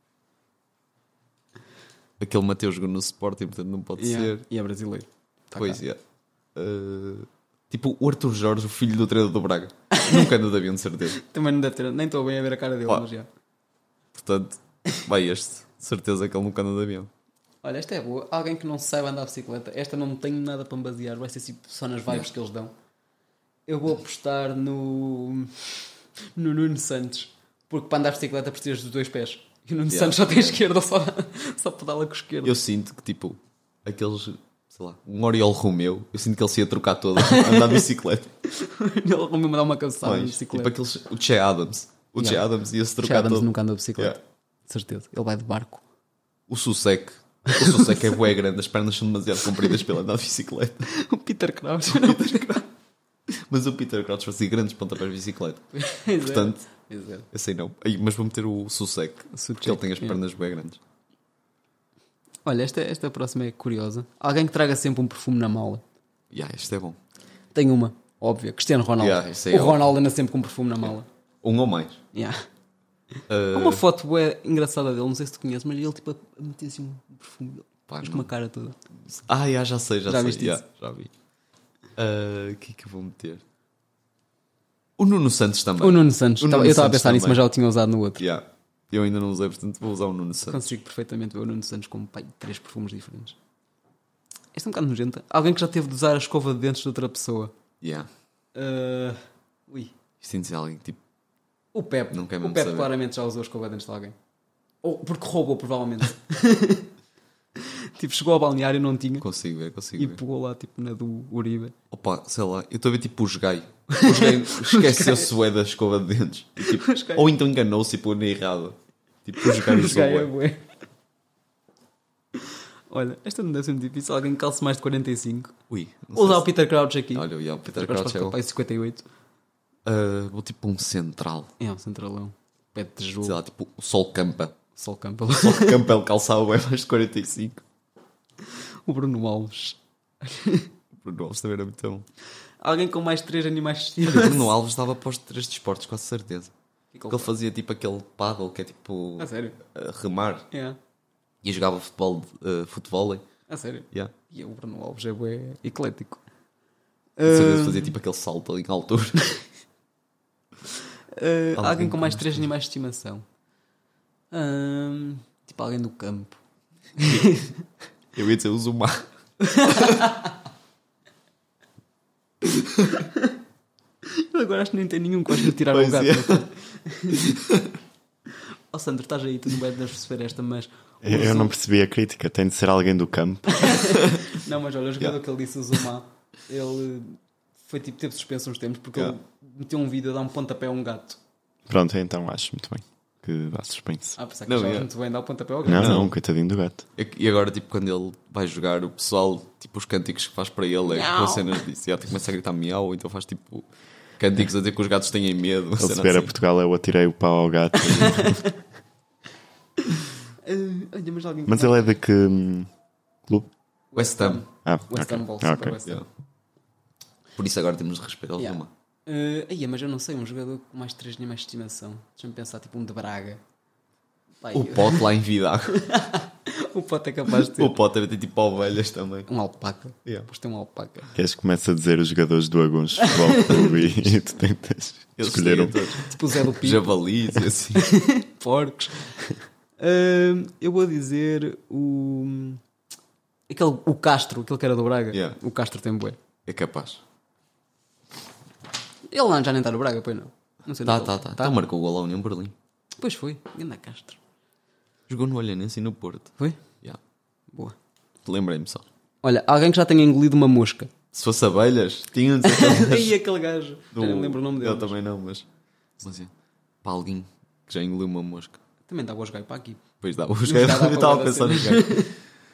Aquele Mateus jogou no Sporting, portanto não pode ser. E é brasileiro. Tá Pois cá. é. Tipo o Arthur Jorge, o filho do treinador do Braga. Nunca anda de avião, de certeza. Também não deve ter, nem estou bem a ver a cara dele, Pá. mas já. Portanto, vai este. De certeza que ele nunca anda de avião. Olha, esta é boa. Alguém que não saiba andar de bicicleta. Esta não tenho nada para me basear. Vai ser tipo, só nas vibes que eles dão. Eu vou apostar no Nuno Santos. Porque para andar de bicicleta precisas dos dois pés. E o Nuno Santos só tem esquerda, só pedala com esquerda. Eu sinto que tipo, aqueles, sei lá, um Oriol Romeu, eu sinto que ele se ia trocar todo a andar de bicicleta. Ele arrumou-me a dar uma cabeçada de Mas, bicicleta. tipo aqueles, o Che Adams. O Che Adams ia se Che trocar Adams todo. nunca andou de bicicleta. Yeah. De certeza. Ele vai de barco. O Susek. O Susek é bué grande, as pernas são demasiado compridas para ele andar de bicicleta. O Peter Crouch. Mas o Peter Crouch fazia grandes pontapés de bicicleta. Exato. Portanto, Exato. eu sei não. Aí, mas vou meter o Susek, porque ele tem as pernas bem grandes. Olha, esta próxima é curiosa. Alguém que traga sempre um perfume na mala. Este é bom. Tem uma, óbvia. Cristiano Ronaldo. Isso é o óbvio. Ronaldo anda sempre com um perfume na mala. Um ou mais. Yeah. Há uma foto bué engraçada dele, não sei se tu conheces, mas ele tipo a meter assim um perfume. Pá, Mas não. com uma cara toda. Já sei. Já viste isso? Já vi. O que é que eu vou meter? O Nuno Santos também. O Nuno Santos. O Nuno Eu estava a Santos pensar nisso, também. mas já o tinha usado no outro. Eu ainda não usei, portanto vou usar o Nuno Santos. Consigo perfeitamente ver o Nuno Santos com pai, 3 perfumes diferentes. Esta é um bocado nojenta. Alguém que já teve de usar a escova de dentes de outra pessoa. Ui. Isto tem de ser alguém que tipo. O Pepe. Não quer O mesmo Pepe saber. claramente já usou a escova de dentes de alguém. Ou porque roubou, provavelmente. Tipo, chegou ao balneário e não tinha. Consigo ver. E pegou lá, tipo, na do Uribe. Opa, sei lá, eu estou a ver tipo os gai. Os gai esqueceu-se bué da escova de dentes. E, tipo, Os gai. ou então enganou-se e pôs na errada. Tipo, os gai Os gai é bué. bué. Olha, esta não deve ser muito difícil. Alguém que calce mais de 45. Ui, não Vou sei usar o se- Peter Crouch aqui. Olha, o Peter Agora Crouch é faz o... capaz de 58. Vou tipo um central. É, um centralão. Pé de Sei tijolo. lá, tipo o Sol Campa. Sol Campbell. Sol Campa ele calçava bem mais de 45. O Bruno Alves. O Bruno Alves também era muito bom. Alguém com mais 3 animais de O estimação. Bruno Alves dava para os 3 desportos, quase certeza. Que Porque ele fazia tipo aquele paddle que é tipo A sério? remar. É. E jogava futebol. A sério? Yeah. E o Bruno Alves é bué eclético. De certeza fazia tipo aquele salto ali em altura. Alguém com mais 3 animais de estimação. Tipo alguém do campo. Eu ia dizer o Zuma. Eu agora acho que nem tem nenhum que vais me tirar o Pois gato. é. Ó Sandro, estás aí, tu não vais perceber esta, mas... o Eu não Zuma- percebi a crítica, tem de ser alguém do campo. Não, mas olha, o jogador que ele disse, o Zuma, ele foi tipo, teve suspenso uns tempos porque ele meteu um vídeo a dar um pontapé a um gato. Pronto, então acho muito bem que dá suspense. Pensava que Não, achavas é. muito bem dar o pontapé ao gato. Não, não, coitadinho do gato. E agora, tipo, quando ele vai jogar, o pessoal, tipo, os cânticos que faz para ele é com cenas disso. E começa a gritar miau, ou então faz tipo cânticos a dizer que os gatos têm medo. Ele se cena vier a assim. Portugal, eu atirei o pau ao gato. Olha, mas alguém Mas ele é de que clube? West Ham. West ok. Ham Ball, Ah, Super ok. West Ham. Por isso agora temos de respeito ao Yeah. Zuma. Mas eu não sei, um jogador com mais 3 animais de estimação. Deixa-me pensar, tipo um de Braga. Pai, O Pote lá em Vidago. o Pote é capaz de ter O Pote deve ter tipo ovelhas também. um alpaca. Yeah. Depois tem um alpaca. Queres que comece a dizer os jogadores do Aguns Futebol Clube e tu tentas Eles escolher um? têm todos. Tipo o Zé do Pico, Javalis e assim. porcos. Eu vou dizer o Castro, aquele que era do Braga. Yeah. O Castro tem bué. É capaz. Ele lá já nem está no Braga, pois não. Não sei. Tá. não. Então marcou o gol à União Berlim. Pois foi, anda Castro. Jogou no Olhanense e no Porto. Foi? Yeah. Boa. Lembrei-me só. Olha, alguém que já tenha engolido uma mosca. Se fosse abelhas, tinham de ser Aí aquele gajo. Já não me lembro o nome dele. Eu também não, mas é. Para alguém que já engoliu uma mosca. Também dava os gajos para aqui. Pois dá, os Não dá gajos. para Eu estava a ver pensar assim. nos gajos.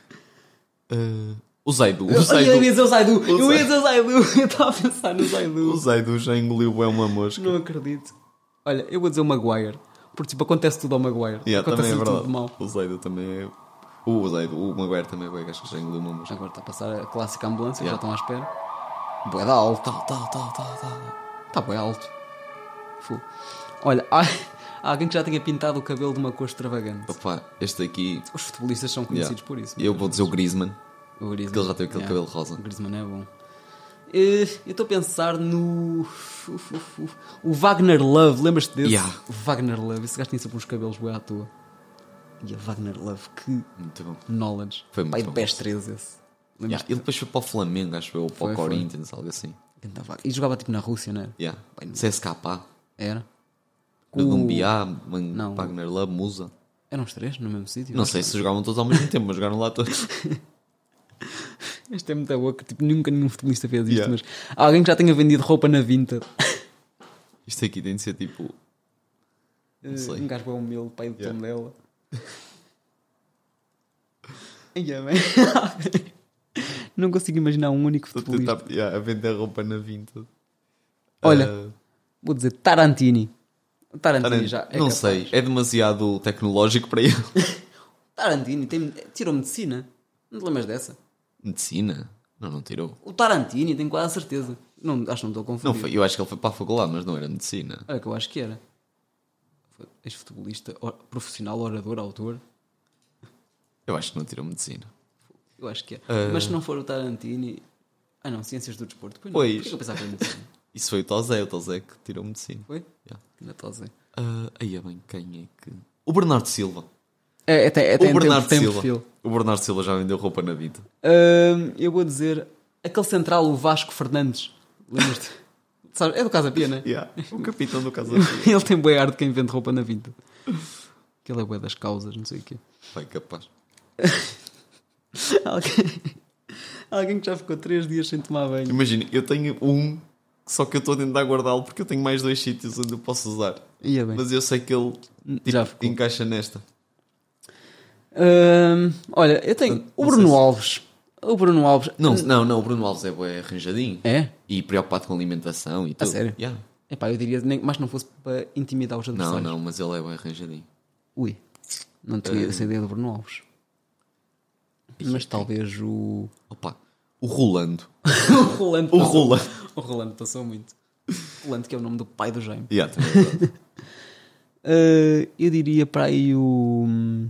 O Zaidu. Eu ia dizer o Zaidu. Eu Zaidu. ia dizer o Zaidu. Eu estava a pensar no O Zaidu. Zaidu já engoliu bem uma mosca. Não acredito. Olha, eu vou dizer o Maguire. Porque tipo, acontece tudo ao Maguire. Yeah, também acontece é tudo verdade. de mal. O Zaidu também é. O Maguire também é acho que já engoliu uma mosca. Agora está a passar a clássica ambulância, já Yeah. estão à espera. Bué da alto. Tá. Está bué alto. Fu. Olha, há alguém que já tenha pintado o cabelo de uma cor extravagante. Opa, este aqui, Os futebolistas são conhecidos por isso. eu vou dizer o Griezmann, O Griezmann. que ele já tem aquele cabelo rosa. O Griezmann é bom. Eu estou a pensar no... O Wagner Love, lembras-te desse? Yeah. O Wagner Love, esse gajo tinha sempre uns cabelos bué à toa. E o Wagner Love, que Muito bom. knowledge. Foi muito Pai de bom. PES 13 esse. Yeah, ele depois foi para o Flamengo, acho eu, ou para Foi, o foi. Corinthians, algo assim. E jogava tipo na Rússia, não era? Yeah. Bem, CSKA, Era. Dumbiá, Não. Wagner Love, Musa. Eram os três no mesmo sítio? Não sei se jogavam todos ao mesmo tempo, mas jogaram lá todos. Este é muito boa, que tipo, nunca nenhum futebolista fez isto, Yeah. mas alguém que já tenha vendido roupa na Vinted. Isto aqui tem de ser tipo. Não sei. Um gajo bem humilde, pai do Yeah. tom dela. Ia bem. Não consigo imaginar um único Estou a futebolista. tentar a vender roupa na Vinted. Olha, Ah, vou dizer Tarantini. O Tarantini Tarant- já é não capaz. sei, é demasiado tecnológico para ele. Tarantini tirou medicina. Não te lembras dessa? Medicina? Não tirou. O Tarantini, tenho quase a certeza. Não, acho que não estou a Não confundir. foi, eu acho que ele foi para a faculdade, mas não era medicina. Olha que eu acho que era. Foi ex-futebolista, profissional, orador, autor. Eu acho que não tirou medicina. Eu acho que é. Mas se não for o Tarantini... Ah não, Ciências do Desporto. Pois. Não. Pois. Por que eu pensava que era medicina? Isso foi o Tozé que tirou medicina. Foi? Yeah. Ainda estou a dizer. Aí é bem, quem é que. O Bernardo Silva. Tem O Bernardo tem Silva. perfil. O Bernardo Silva já vendeu roupa na vida. Eu vou dizer aquele central, o Vasco Fernandes. Lembras-te? Sabe, é do Casa Pia, não é? Yeah. O capitão do caso. Ele tem boa ar de quem vende roupa na Vinted. Que ele é bué das causas, não sei o quê. Vai capaz. Alguém que já ficou 3 dias sem tomar banho. Imagina, eu tenho um, só que eu estou a tentar guardá-lo porque eu tenho mais 2 sítios onde eu posso usar. Ia bem. Mas eu sei que ele Já tipo, ficou. encaixa nesta. Olha, eu tenho o não sei Bruno se- Alves. O Bruno Alves. Não, o Bruno Alves é bué arranjadinho. É? E preocupado com a alimentação e tudo. sério? Yeah. Epá, eu diria, mas não fosse para intimidar os adversários. Não, mas ele é bué arranjadinho. Ui, não tinha essa ideia do Bruno Alves. Mas talvez o... Opa, o Rolando. O Rolando. O Rolando. O Rolando passou muito. Rolando, que é o nome do pai do Jaime. Yeah, também é verdade. Eu diria para aí o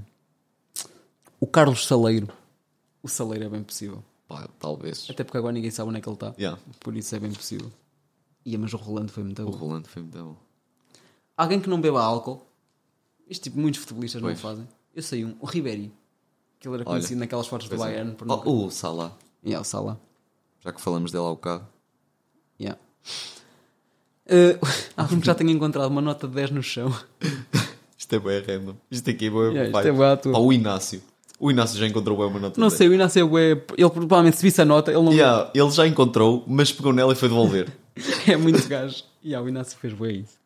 Carlos Saleiro. O Saleiro é bem possível. Pá, talvez. Até porque agora ninguém sabe onde é que ele está. Yeah. Por isso é bem possível. Mas o Rolando foi muito O bom. Rolando foi muito bom. Alguém que não beba álcool. Isto tipo muitos futebolistas Pois. não fazem. Eu sei um. O Ribéry. Que ele era Olha, conhecido naquelas fotos do Pois é. Bayern. Por nunca... O Salah. Yeah, o Salah. Já que falamos dele há bocado. Yeah. Alguém que já tenha encontrado uma nota de 10 no chão. Isto é bem random. Isto aqui é bem. Yeah, isto pai. é bué à toa. O Inácio. O Inácio já encontrou bem uma nota. Não de sei, o Inácio é bué... Ele provavelmente se visse a nota, ele não... 10. Yeah, ele já encontrou, mas pegou nela e foi devolver. É muito gajo. O Inácio fez bué isso.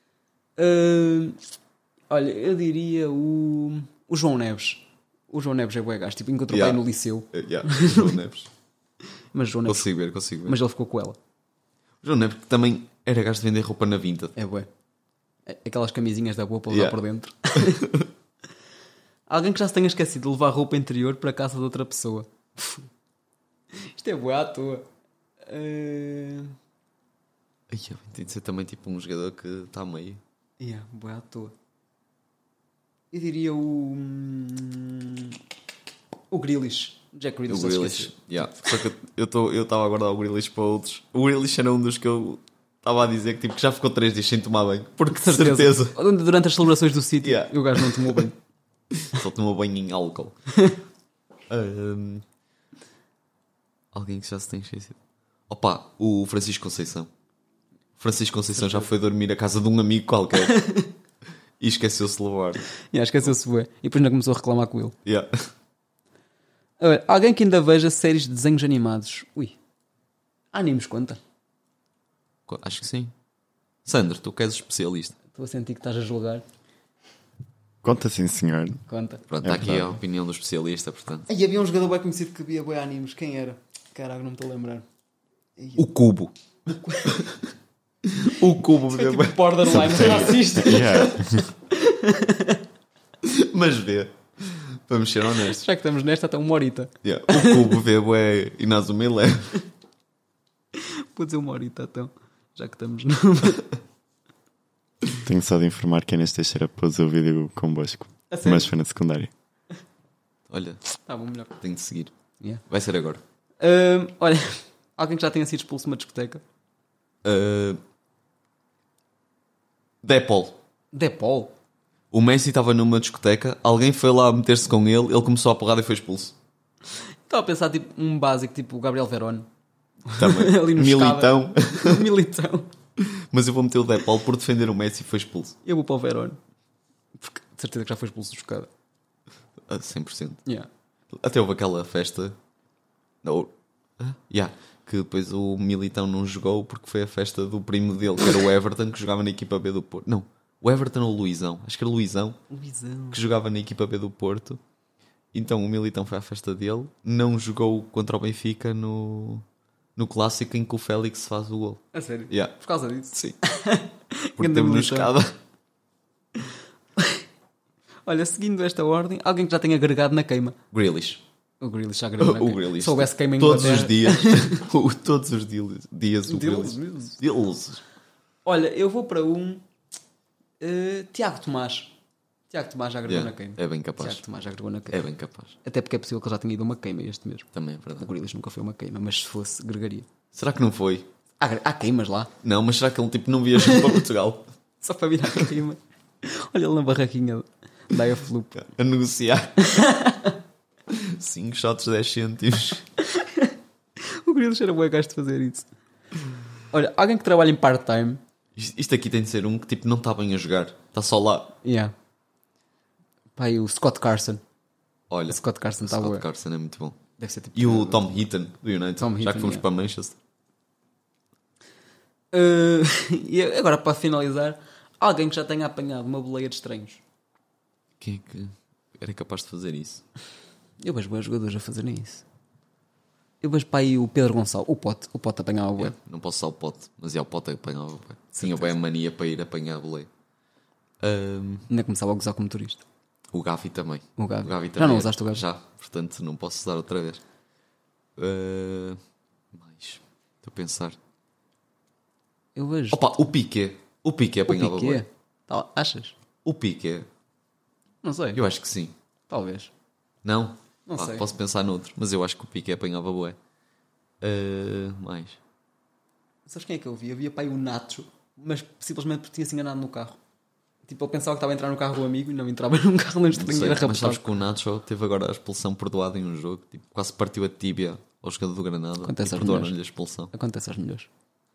Olha, eu diria o João Neves. O João Neves é bué gajo. Tipo, encontrou Yeah. bem no liceu. Yeah, o João Neves. Mas o João Neves... Consigo ver. Mas ele ficou com ela. O João Neves que também era gajo de vender roupa na Vinted. É bué. Aquelas camisinhas da boa para usar Yeah. por dentro. Alguém que já se tenha esquecido de levar roupa interior para a casa de outra pessoa. Isto é bué à toa. Ai, tem de ser também tipo um jogador que está meio. Bué à toa. Eu diria o Grealish. Jack Grealish. O só se Grealish. esqueci. Yeah. Só que eu estava a guardar o Grealish para outros. O Grealish era um dos que eu estava a dizer que, tipo, que já ficou 3 dias sem tomar banho. Porque de certeza. Durante as celebrações do sítio, Yeah. o gajo não tomou bem. Só tomou banho em álcool. Alguém que já se tem esquecido. Opa, o Francisco Conceição. Francisco Conceição já foi dormir à casa de um amigo qualquer. E esqueceu-se de levar. Esqueceu-se bué. E depois ainda começou a reclamar com ele. Yeah. Olha, alguém que ainda veja séries de desenhos animados. Ui. Animes conta. Acho que sim. Sandro, tu que és especialista. Estou a sentir que estás a julgar. Conta sim, senhor. Conta. Pronto, É está aqui verdade. a opinião do especialista, portanto. Aí havia um jogador bem conhecido que via bué animes. Quem era? Caralho, não me estou a lembrar. O Cubo. O Cubo, É tipo borderline racista. Yeah. mas vê. Vamos ser honestos. Já que estamos nesta, até uma horita. Yeah. O cubo vê é Inazuma Eleven. Vou dizer uma horita, então. Já que estamos no... Tenho só de informar que a Inês Teixeira pôs o vídeo convosco. A sério? Mas foi na secundária. Olha, Tá bom, melhor. tenho de seguir. Yeah. Vai ser agora. Olha, alguém que já tenha sido expulso de uma discoteca? Depol. Depol? O Messi estava numa discoteca, alguém foi lá meter-se com ele começou a porrada e foi expulso. Estava a pensar tipo um básico, tipo o Gabriel Verón. Também. Ali no Militão. Militão. Mas eu vou meter o Depol por defender o Messi e foi expulso. Eu vou para o Verón. Porque de certeza que já foi expulso de escada. 100%. Yeah. Até houve aquela festa. Não. Que depois o Militão não jogou porque foi a festa do primo dele, que era o Everton, que jogava na equipa B do Porto. Não, o Everton ou o Luizão? Acho que era o Luizão, que jogava na equipa B do Porto. Então o Militão foi à festa dele, não jogou contra o Benfica no clássico em que o Félix faz o gol. A sério? Yeah. Por causa disso? Sim. Porque Grande temos no Militão. escada. Olha, seguindo esta ordem, alguém que já tenha agregado na queima. Grealish. O Grealish já agregou na O queima. Grealish. Se houvesse queima em Todos Inglaterra... os dias. Todos os dias o Deles, Grealish. deles. Deles. Olha, eu vou para um... Tiago Tomás. Tiago Tomás já agregou Yeah, na queima. é bem capaz. Tiago Tomás já agregou na queima. É bem capaz. Até porque é possível que ele já tenha ido a uma queima este mesmo. Também é O verdade. Grealish nunca foi uma queima, mas se fosse, agregaria. Será que não foi? Há queimas lá. Não, mas será que ele tipo não viajou para Portugal? Só para virar a queima. Olha ele na barraquinha da Airfloop. A negociar 5 shots 10 cêntimos. O Grealish era bom gajo de fazer isso. Olha, alguém que trabalha em part-time. Isto aqui tem de ser um que tipo não está bem a jogar, está só lá. Yeah. Pai, o Scott Carson. Olha, O Scott Carson está Scott boa. Carson é muito bom. Deve ser tipo... E o Tom Heaton do United, Tom já Heaton, que fomos yeah. para Manchester. E agora para finalizar, alguém que já tenha apanhado uma boleia de estranhos. Quem é que era capaz de fazer isso? Eu vejo bons jogadores a fazerem isso. Eu vejo para aí o Pedro Gonçalves, o Pote apanhava a boleia. Não posso usar o Pote, mas é o Pote que apanhava o boleia. Tinha bem a mania para ir apanhar a boleia. Ainda começava a gozar como turista. O Gavi também. O Gavi. também. Já não usaste o Gavi? Já, portanto não posso usar outra vez. Mais, estou a pensar. Eu vejo. Opa, o Piqué. O Piqué o apanhava a boleia. Piqué. Achas? O Piqué, Não sei. eu acho que sim. Talvez. Não? Não sei. Posso pensar noutro, mas eu acho que o Piqué apanhava bué. Mais. Sabes quem é que eu vi? Eu via para aí o Nacho, mas simplesmente porque tinha-se enganado no carro. Tipo, eu pensava que estava a entrar no carro do amigo e não entrava num carro longe de Não ninguém, sei, era mas sabes raptado. que o Nacho teve agora a expulsão perdoada em um jogo. Tipo, quase partiu a tíbia ao jogador do Granada. Acontece e aos perdoaram-lhe a melhores. expulsão. Acontece aos melhores.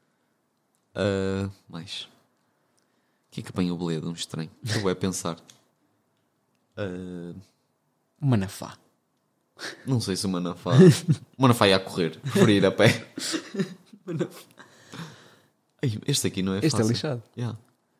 Mais. Quem é que apanha o boleia de um estranho? Eu vou pensar. O Manafá. Não sei se o Manafá... O Manafá ia a correr. Preferia ir a pé. Ei, este aqui não é Este fácil. é lixado. Yeah.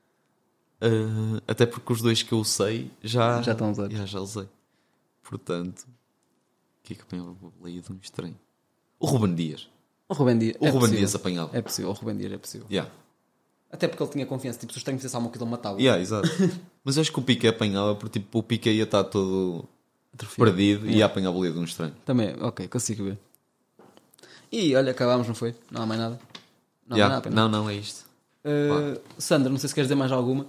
Até porque os dois que eu sei já estão usados. Yeah, já usei. Portanto, o que é que apanhava a boleia de um estranho? O Ruben Dias. O Ruben Dias. O Ruben Dias apanhava. É possível, o Ruben Dias é possível. Yeah. Até porque ele tinha confiança. Tipo, se o estranho fizesse alguma coisa, ele matava. Yeah, exato. Mas acho que o Piqué apanhava porque tipo, o Piqué ia estar todo perdido e ia apanhar a boleia de um estranho. Também, ok, consigo ver. E olha, acabámos, não foi? Não há mais nada. Não há Yeah. mais nada. Não, é isto. Sandra, não sei se queres dizer mais alguma.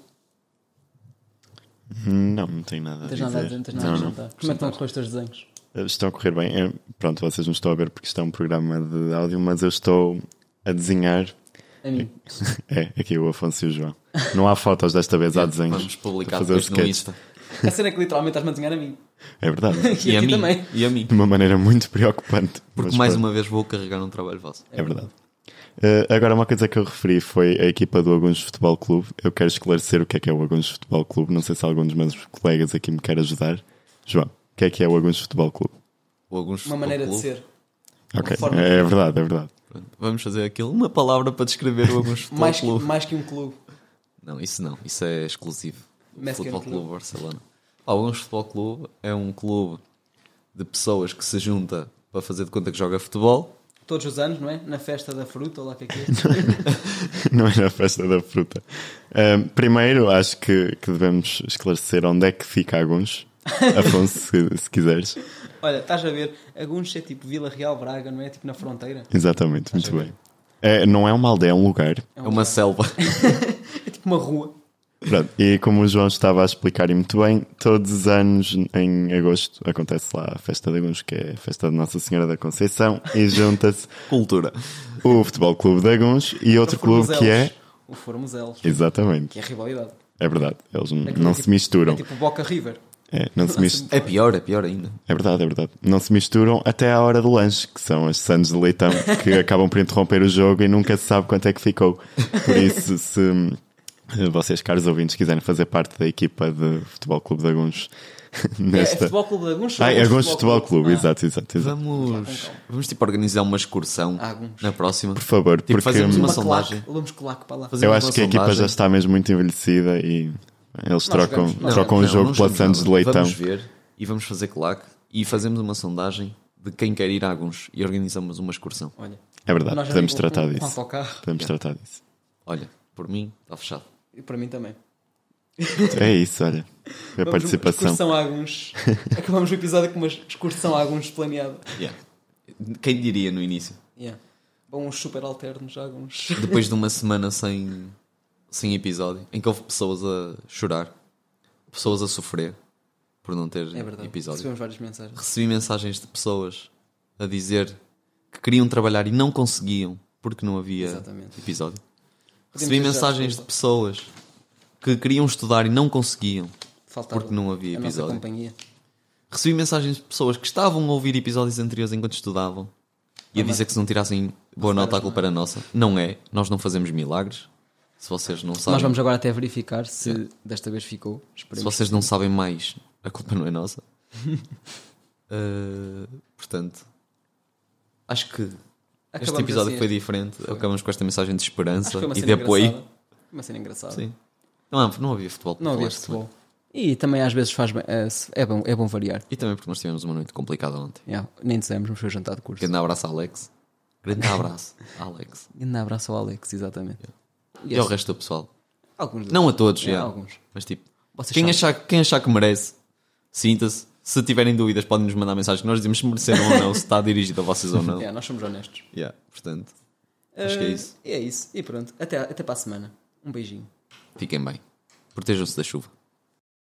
Não tenho nada a Tens dizer. nada a dizer, tens nada a Não, não. acrescentar. Como é que estão a correr os teus desenhos? Estão a correr bem. Pronto, vocês não estão a ver porque isto é um programa de áudio, mas eu estou a desenhar. A mim. Aqui o Afonso e o João. Não há fotos desta vez, há desenhos. Vamos publicar para fazer os depois no sketches. Insta. A cena é que literalmente estás-me a desenhar a mim. É verdade. E, a a ti mim. também. E a mim. De uma maneira muito preocupante. Porque mas mais pronto, uma vez vou carregar um trabalho vosso. É verdade. Agora, uma coisa que eu referi foi a equipa do Aguns Futebol Clube. Eu quero esclarecer o que é o Aguns Futebol Clube. Não sei se algum dos meus colegas aqui me quer ajudar. João, o que é o Aguns Futebol Clube? Ou alguns Uma maneira de clube. ser. Ok, forma é verdade, é verdade. Pronto, vamos fazer aquilo. Uma palavra para descrever o alguns futebol clube. Mais que um clube. Não, isso é exclusivo. Mas que é um Futebol clube. Clube Barcelona. Alguns Futebol Clube é um clube de pessoas que se junta para fazer de conta que joga futebol. Todos os anos, não é? Na festa da fruta, ou lá o que é que é. Não é na festa da fruta. Primeiro, acho que devemos esclarecer onde é que fica Aguns. Afonso, se quiseres. Olha, estás a ver, Aguns é tipo Vila Real Braga, não é? Tipo na fronteira. Exatamente, muito bem. Não é uma aldeia, é um lugar. É uma selva. É tipo uma rua. Pronto, e como o João estava a explicar e muito bem, todos os anos em agosto acontece lá a festa de Aguns, que é a festa de Nossa Senhora da Conceição, e junta-se Cultura. o Futebol Clube de Aguns e outro clube que é... O Formoselos. Exatamente, Que é rivalidade. é verdade, eles Aquilo não é se tipo- misturam. É tipo Boca River. Não se misturam. É pior ainda. É verdade. Não se misturam até à hora do lanche, que são as sandes de leitão, que acabam por interromper o jogo e nunca se sabe quanto é que ficou. Por isso, se vocês, caros ouvintes, quiserem fazer parte da equipa de Futebol Clube de Aguns É nesta... Futebol Clube de Aguns? Aguns Futebol Clube, exato. Vamos tipo organizar uma excursão Aguns. na próxima. Por favor, Tipo, porque fazemos uma Uma sondagem. claque. Levamos claque para lá. Fazer eu uma acho que a equipa sondagem. já está mesmo muito envelhecida e eles trocam jogamos. o jogo não pela jogamos sandes de nada. leitão. Vamos ver e vamos fazer claque e fazemos uma sondagem de quem quer ir a Aguns e organizamos uma excursão. Olha. É verdade, Nós já podemos vimos tratar um disso. autocarro. Podemos tratar disso. Olha, por mim, está fechado. E para mim também. É isso, olha. A Vamos participação. Excursão a Aguns. Acabamos o episódio com uma excursão a Aguns planeada. Yeah. Quem diria no início? Yeah. Vão uns super alternos a Aguns. Depois de uma semana sem episódio, em que houve pessoas a chorar, pessoas a sofrer por não ter É verdade. episódio. Recebemos várias mensagens. Recebi mensagens de pessoas a dizer que queriam trabalhar e não conseguiam porque não havia Exatamente. episódio. Podemos Recebi dizer mensagens de desculpa. pessoas que queriam estudar e não conseguiam Faltava porque não havia a nossa episódio. companhia. Recebi mensagens de pessoas que estavam a ouvir episódios anteriores enquanto estudavam e a dizer que se não tirassem boa nota a culpa era nossa. Não é, nós não fazemos milagres. Se vocês não sabem, Nós vamos agora até verificar se desta vez ficou. se Esperemos. vocês não sabem mais, a culpa não é nossa. Portanto, acho que este Acabamos episódio assim foi este- diferente. Acabamos com esta mensagem de Acho esperança que foi uma e cena de apoio. engraçada. Uma cena engraçada. Sim. Não havia futebol. Não havia esta semana. futebol. E também às vezes faz bem, é bom variar. E também porque nós tivemos uma noite complicada ontem. Yeah, nem dissemos, mas foi o jantar de curso. Grande abraço, Alex. Grande abraço, Alex. Grande abraço ao Alex, exatamente. E ao resto do pessoal. Alguns Não a todos, já. alguns. Mas tipo, Vocês quem sabem. achar que merece, sinta-se. Se tiverem dúvidas, podem nos mandar mensagem que nós dizemos se mereceram ou não, se está dirigido a vocês ou não. Yeah, nós somos honestos. Yeah, portanto, acho que é isso. É isso. E pronto. Até para a semana. Um beijinho. Fiquem bem. Protejam-se da chuva.